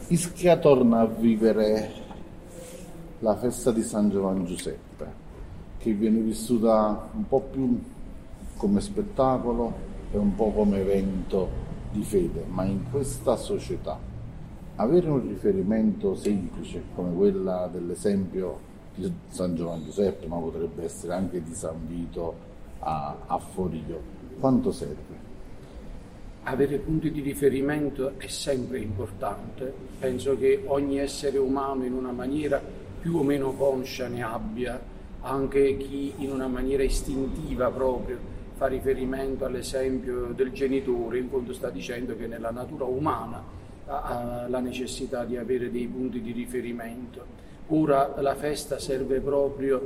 Ischia torna a vivere la festa di San Giovanni Giuseppe, che viene vissuta un po' più come spettacolo e un po' come evento di fede, ma in questa società avere un riferimento semplice come quella dell'esempio di San Giovanni Giuseppe, ma potrebbe essere anche di San Vito a Forio, quanto serve? Avere punti di riferimento è sempre importante. Penso che ogni essere umano in una maniera più o meno conscia ne abbia, anche chi in una maniera istintiva proprio fa riferimento all'esempio del genitore, in fondo sta dicendo che nella natura umana ha la necessità di avere dei punti di riferimento. Ora la festa serve proprio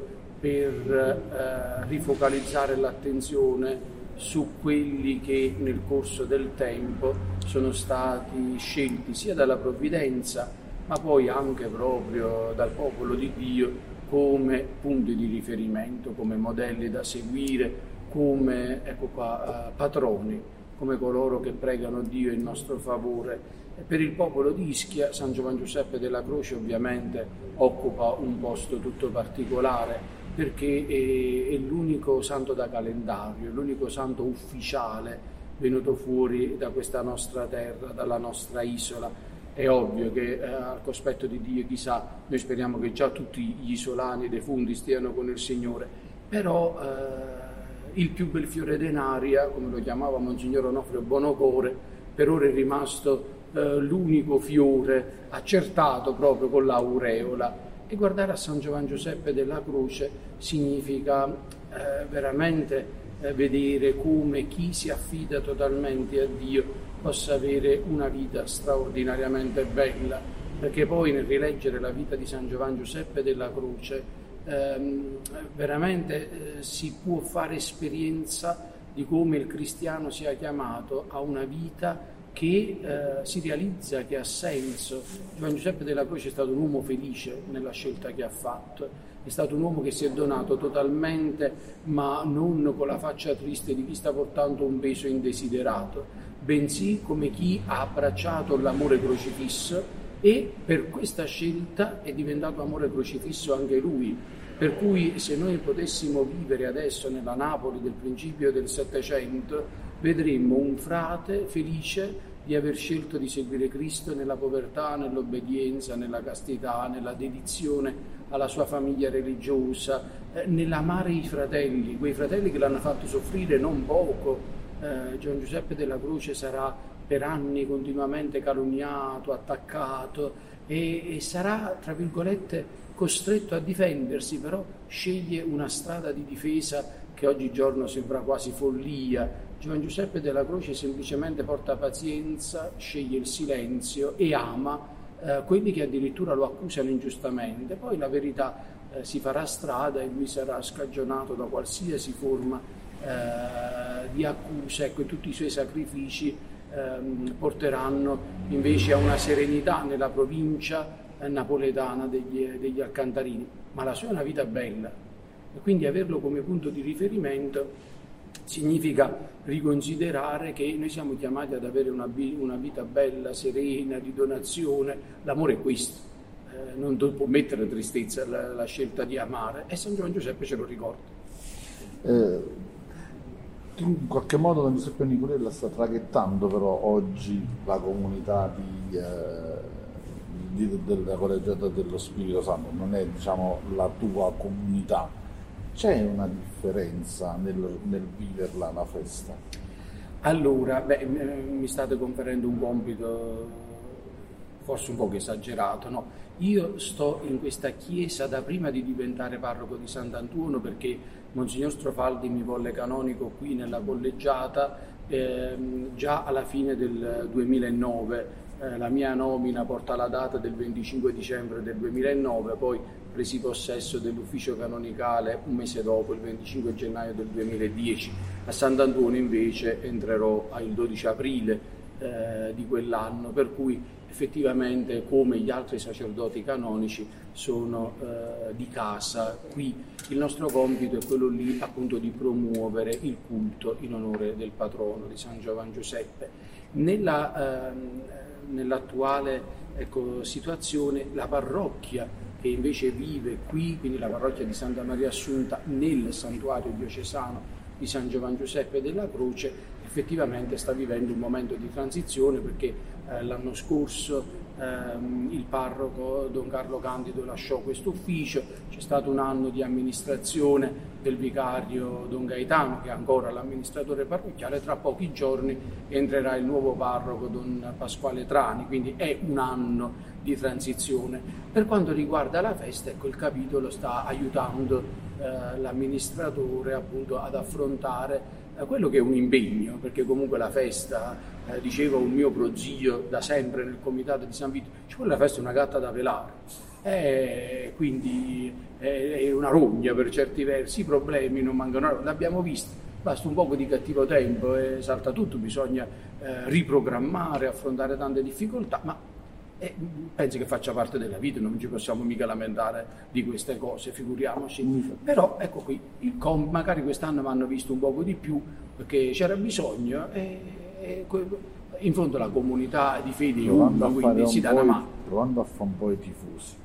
per rifocalizzare l'attenzione su quelli che nel corso del tempo sono stati scelti sia dalla provvidenza ma poi anche proprio dal popolo di Dio come punti di riferimento, come modelli da seguire, come patroni, come coloro che pregano Dio in nostro favore. E per il popolo di Ischia San Giovanni Giuseppe della Croce ovviamente occupa un posto tutto particolare, perché è l'unico santo da calendario, l'unico santo ufficiale venuto fuori da questa nostra terra, dalla nostra isola. È ovvio che al cospetto di Dio, chissà, noi speriamo che già tutti gli isolani defunti stiano con il Signore, però il più bel fiore denaria, come lo chiamava Monsignor Onofrio Bonocore, per ora è rimasto l'unico fiore accertato proprio con l'aureola. E guardare a San Giovanni Giuseppe della Croce significa veramente vedere come chi si affida totalmente a Dio possa avere una vita straordinariamente bella, perché poi nel rileggere la vita di San Giovanni Giuseppe della Croce veramente si può fare esperienza di come il cristiano sia chiamato a una vita che si realizza, che ha senso. Giovanni Giuseppe della Croce è stato un uomo felice nella scelta che ha fatto, è stato un uomo che si è donato totalmente, ma non con la faccia triste di chi sta portando un peso indesiderato, bensì come chi ha abbracciato l'amore crocifisso e per questa scelta è diventato amore crocifisso anche lui. Per cui se noi potessimo vivere adesso nella Napoli del principio del Settecento, vedremmo un frate felice di aver scelto di seguire Cristo nella povertà, nell'obbedienza, nella castità, nella dedizione alla sua famiglia religiosa, nell'amare i fratelli, quei fratelli che l'hanno fatto soffrire non poco. Giovanni Giuseppe della Croce sarà per anni continuamente calunniato, attaccato e sarà, tra virgolette, costretto a difendersi, però sceglie una strada di difesa che oggigiorno sembra quasi follia. Giovanni Giuseppe della Croce semplicemente porta pazienza, sceglie il silenzio e ama quelli che addirittura lo accusano ingiustamente. Poi la verità si farà strada e lui sarà scagionato da qualsiasi forma di accusa, ecco, e tutti i suoi sacrifici porteranno invece a una serenità nella provincia napoletana degli Alcantarini, ma la sua è una vita bella e quindi averlo come punto di riferimento significa riconsiderare che noi siamo chiamati ad avere una vita bella, serena, di donazione. L'amore è questo, non può mettere tristezza la scelta di amare, e San Giovanni Giuseppe ce lo ricorda. In qualche modo Don Giuseppe Nicolella sta traghettando però oggi la comunità della Collegiata dello Spirito Santo, non è, diciamo, la tua comunità. C'è una differenza nel viverla la festa? Allora, mi state conferendo un compito forse un po' esagerato, no? Io sto in questa chiesa da prima di diventare parroco di Sant'Antuono, perché Monsignor Strofaldi mi volle canonico qui nella collegiata già alla fine del 2009. La mia nomina porta la data del 25 dicembre del 2009, poi presi possesso dell'ufficio canonicale un mese dopo, il 25 gennaio del 2010. A Sant'Antuono invece entrerò il 12 aprile di quell'anno, per cui effettivamente, come gli altri sacerdoti canonici, sono di casa qui. Il nostro compito è quello lì appunto di promuovere il culto in onore del patrono di San Giovanni Giuseppe. Nella nell'attuale situazione la parrocchia che invece vive qui, quindi la parrocchia di Santa Maria Assunta nel santuario diocesano di San Giovan Giuseppe della Croce, effettivamente sta vivendo un momento di transizione perché l'anno scorso il parroco Don Carlo Candido lasciò questo ufficio, c'è stato un anno di amministrazione del vicario Don Gaetano che è ancora l'amministratore parrocchiale, tra pochi giorni entrerà il nuovo parroco Don Pasquale Trani, quindi è un anno di transizione. Per quanto riguarda la festa, il capitolo sta aiutando l'amministratore appunto ad affrontare quello che è un impegno, perché comunque la festa, diceva un mio prozio da sempre nel comitato di San Vito, la festa è una gatta da pelare, quindi è una rogna per certi versi, i problemi non mancano, l'abbiamo visto, basta un poco di cattivo tempo e salta tutto, bisogna riprogrammare, affrontare tante difficoltà, ma penso che faccia parte della vita, non ci possiamo mica lamentare di queste cose, figuriamoci. Però ecco qui, magari quest'anno mi hanno visto un poco di più perché c'era bisogno e in fondo la comunità di fede è una, quindi si dà una mano. Provando a fare un po' i tifosi.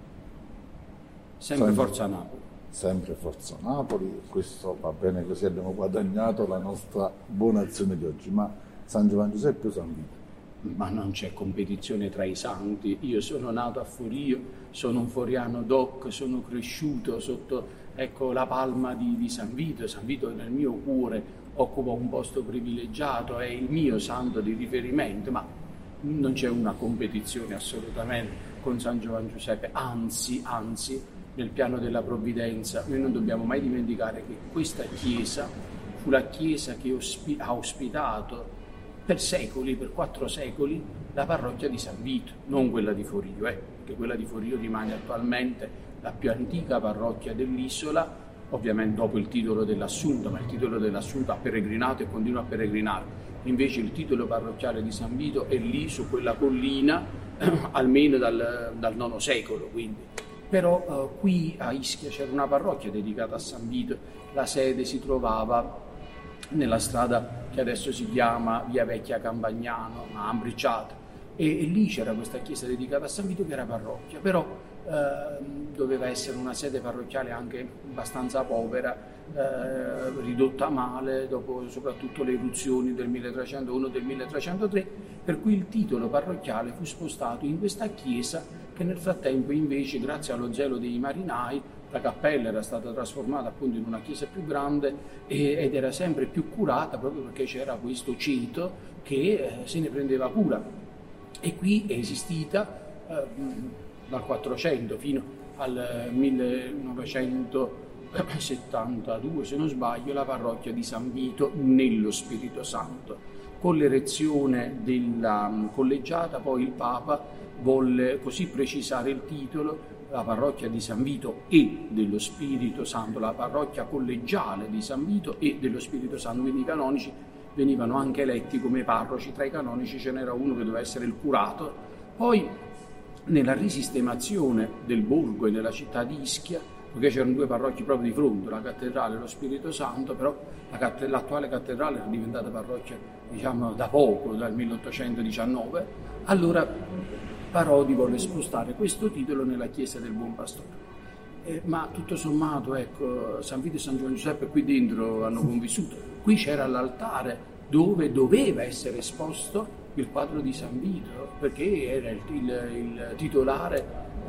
Sempre Forza Napoli. Sempre Forza Napoli, questo va bene così, abbiamo guadagnato la nostra buona azione di oggi, ma San Giovan Giuseppe o San Vito? Ma non c'è competizione tra i santi, io sono nato a Forio, sono un foriano doc, sono cresciuto sotto la palma di San Vito nel mio cuore occupa un posto privilegiato, è il mio santo di riferimento, ma non c'è una competizione assolutamente con San Giovan Giuseppe, anzi, nel piano della provvidenza noi non dobbiamo mai dimenticare che questa chiesa fu la chiesa che ha ospitato per secoli, per 4 secoli, la parrocchia di San Vito, non quella di Forio, perché quella di Forio rimane attualmente la più antica parrocchia dell'isola, ovviamente dopo il titolo dell'Assunta, ma il titolo dell'Assunta ha peregrinato e continua a peregrinare. Invece il titolo parrocchiale di San Vito è lì, su quella collina, almeno dal IX secolo, quindi. Però qui a Ischia c'era una parrocchia dedicata a San Vito, la sede si trovava nella strada che adesso si chiama Via Vecchia Campagnano, a Ambriciata, e lì c'era questa chiesa dedicata a San Vito che era parrocchia, però doveva essere una sede parrocchiale anche abbastanza povera, ridotta male dopo soprattutto le eruzioni del 1301 e del 1303, per cui il titolo parrocchiale fu spostato in questa chiesa che nel frattempo invece, grazie allo zelo dei marinai, la cappella era stata trasformata appunto in una chiesa più grande ed era sempre più curata proprio perché c'era questo ceto che se ne prendeva cura. E qui è esistita dal 400 fino al 1972, se non sbaglio, la parrocchia di San Vito nello Spirito Santo. Con l'erezione della collegiata poi il Papa volle così precisare il titolo: la parrocchia di San Vito e dello Spirito Santo, la parrocchia collegiale di San Vito e dello Spirito Santo, quindi i canonici venivano anche eletti come parroci, tra i canonici ce n'era uno che doveva essere il curato. Poi nella risistemazione del borgo e della città di Ischia, perché c'erano 2 parrocchie proprio di fronte, la cattedrale e lo Spirito Santo, però l'attuale cattedrale era diventata parrocchia da poco, dal 1819, allora Parodi volle spostare questo titolo nella chiesa del Buon Pastore. Ma tutto sommato, San Vito e San Giovan Giuseppe qui dentro hanno convissuto. Qui c'era l'altare dove doveva essere esposto il quadro di San Vito, perché era il titolare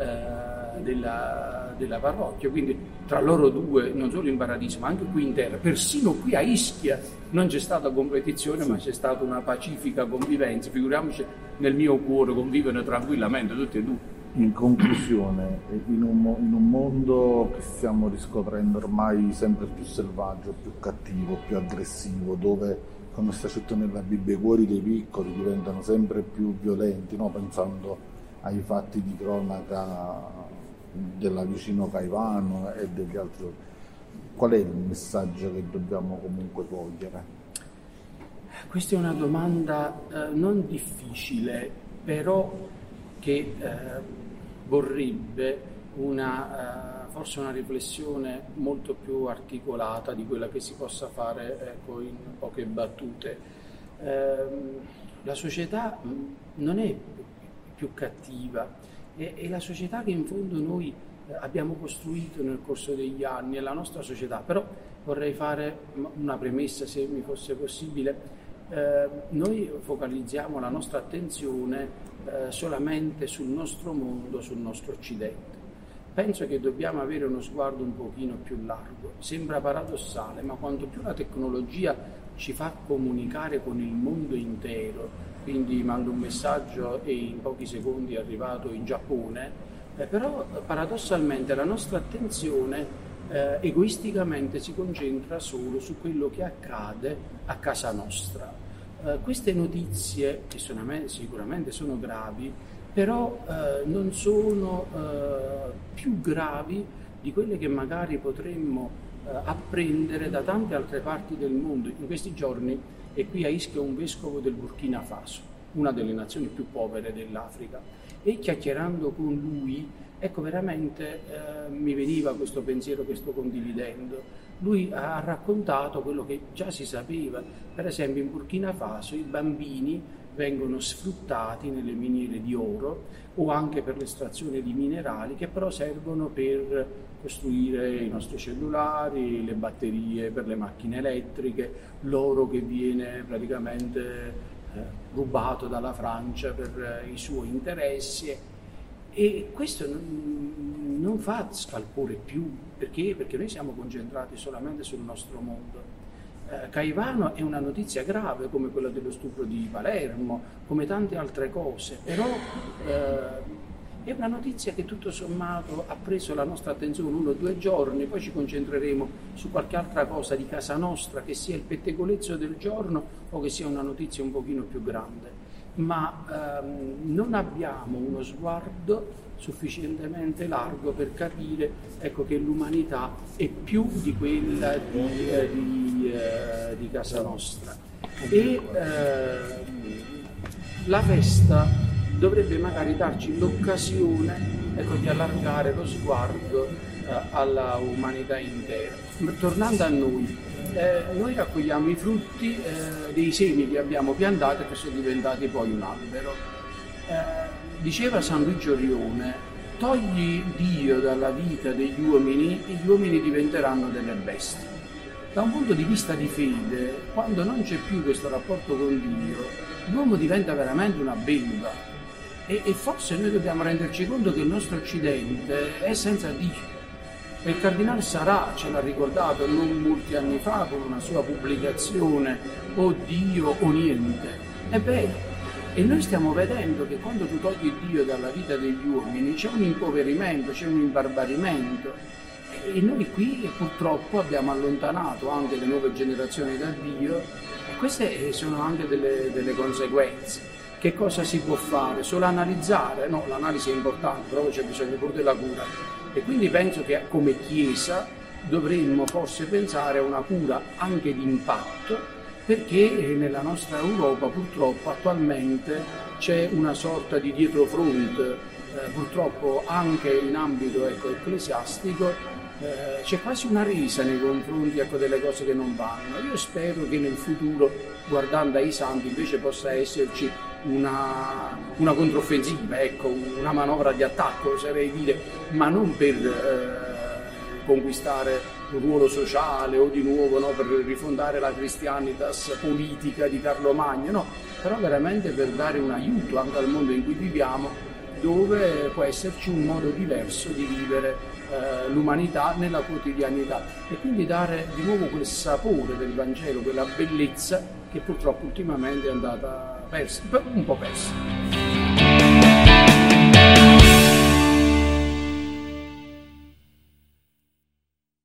della parrocchia, quindi tra loro due, non solo in paradiso ma anche qui in terra, persino qui a Ischia non c'è stata competizione, ma c'è stata una pacifica convivenza. Figuriamoci, nel mio cuore convivono tranquillamente tutti e due. In conclusione, in un mondo che stiamo riscoprendo ormai sempre più selvaggio, più cattivo, più aggressivo, dove, come sta scritto nella Bibbia, i cuori dei piccoli diventano sempre più violenti, no? Pensando ai fatti di cronaca della vicino Caivano e degli altri. Qual è il messaggio che dobbiamo comunque cogliere? Questa è una domanda non difficile, però che vorrebbe forse una riflessione molto più articolata di quella che si possa fare in poche battute. La società non è più cattiva, è la società che in fondo noi abbiamo costruito nel corso degli anni, è la nostra società. Però vorrei fare una premessa, se mi fosse possibile. Noi focalizziamo la nostra attenzione solamente sul nostro mondo, sul nostro Occidente. Penso che dobbiamo avere uno sguardo un pochino più largo. Sembra paradossale, ma quanto più la tecnologia ci fa comunicare con il mondo intero, quindi mando un messaggio e in pochi secondi è arrivato in Giappone, però paradossalmente la nostra attenzione egoisticamente si concentra solo su quello che accade a casa nostra. Queste notizie, che sicuramente sono gravi, però non sono più gravi di quelle che magari potremmo apprendere da tante altre parti del mondo. In questi giorni è qui a Ischia un vescovo del Burkina Faso, una delle nazioni più povere dell'Africa, e chiacchierando con lui, ecco, veramente mi veniva questo pensiero che sto condividendo. Lui ha raccontato quello che già si sapeva. Per esempio in Burkina Faso i bambini vengono sfruttati nelle miniere di oro o anche per l'estrazione di minerali che però servono per costruire i nostri cellulari, le batterie per le macchine elettriche, l'oro che viene praticamente rubato dalla Francia per i suoi interessi. E questo non fa scalpore più, perché noi siamo concentrati solamente sul nostro mondo. Caivano è una notizia grave come quella dello stupro di Palermo, come tante altre cose, però è una notizia che tutto sommato ha preso la nostra attenzione 1 o 2 giorni, poi ci concentreremo su qualche altra cosa di casa nostra, che sia il pettegolezzo del giorno o che sia una notizia un pochino più grande. Ma non abbiamo uno sguardo sufficientemente largo per capire, ecco, che l'umanità è più di quella di casa nostra. E la festa dovrebbe magari darci l'occasione, ecco, di allargare lo sguardo alla umanità intera. Tornando a noi raccogliamo i frutti dei semi che abbiamo piantato e che sono diventati poi un albero. Diceva San Luigi Orione: togli Dio dalla vita degli uomini e gli uomini diventeranno delle bestie. Da un punto di vista di fede, quando non c'è più questo rapporto con Dio, l'uomo diventa veramente una belva. E forse noi dobbiamo renderci conto che il nostro Occidente è senza Dio. Il Cardinale Sarà ce l'ha ricordato non molti anni fa con una sua pubblicazione "O Dio o niente". È vero. E noi stiamo vedendo che quando tu togli Dio dalla vita degli uomini c'è un impoverimento, c'è un imbarbarimento. E noi qui purtroppo abbiamo allontanato anche le nuove generazioni da Dio, e queste sono anche delle conseguenze. Che cosa si può fare? Solo analizzare? No, l'analisi è importante, però c'è bisogno pure della cura. E quindi penso che come Chiesa dovremmo forse pensare a una cura anche di impatto, perché nella nostra Europa purtroppo attualmente c'è una sorta di dietrofront, purtroppo anche in ambito ecclesiastico, c'è quasi una resa nei confronti delle cose che non vanno. Io spero che nel futuro, guardando ai santi, invece possa esserci una controffensiva, una manovra di attacco, oserei dire, ma non per conquistare un ruolo sociale o di nuovo per rifondare la Christianitas politica di Carlo Magno, no, però veramente per dare un aiuto anche al mondo in cui viviamo, dove può esserci un modo diverso di vivere l'umanità nella quotidianità, e quindi dare di nuovo quel sapore del Vangelo, quella bellezza che purtroppo ultimamente è andata persa, un po' persa.